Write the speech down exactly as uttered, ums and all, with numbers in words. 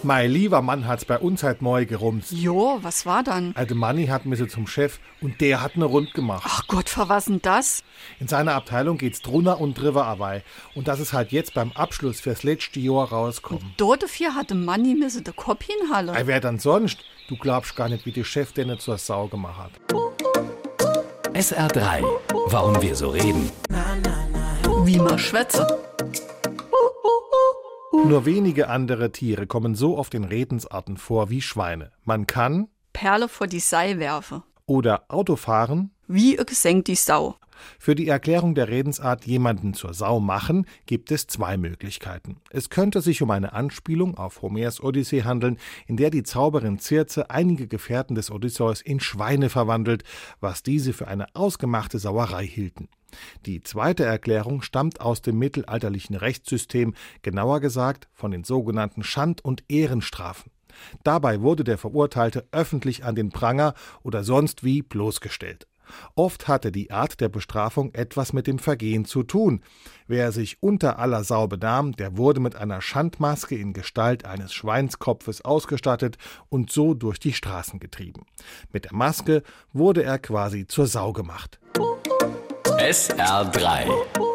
Mein lieber Mann hat's bei uns halt neu gerumst. Jo, was war dann? Also Manni hat mir zum Chef und der hat ne Rund gemacht. Ach Gott, für was denn das? In seiner Abteilung geht's drunter und drüber dabei. Und das ist halt jetzt beim Abschluss fürs letzte Jahr rauskommen. Dort dafür hatte Manni misse de Kopf hinhalle. Ey, wer dann sonst? Du glaubst gar nicht, wie der Chef den nicht zur Sau gemacht hat. S R drei. Warum wir so reden. Wie man schwätze. Nur wenige andere Tiere kommen so oft in Redensarten vor wie Schweine. Man kann Perle vor die Sei werfe. oder Auto fahren. Wie e gesenkt die Sau. Für die Erklärung der Redensart jemanden zur Sau machen, gibt es zwei Möglichkeiten. Es könnte sich um eine Anspielung auf Homers Odyssee handeln, in der die Zauberin Circe einige Gefährten des Odysseus in Schweine verwandelt, was diese für eine ausgemachte Sauerei hielten. Die zweite Erklärung stammt aus dem mittelalterlichen Rechtssystem, genauer gesagt von den sogenannten Schand- und Ehrenstrafen. Dabei wurde der Verurteilte öffentlich an den Pranger oder sonst wie bloßgestellt. Oft hatte die Art der Bestrafung etwas mit dem Vergehen zu tun. Wer sich unter aller Sau benahm, der wurde mit einer Schandmaske in Gestalt eines Schweinskopfes ausgestattet und so durch die Straßen getrieben. Mit der Maske wurde er quasi zur Sau gemacht. S R drei.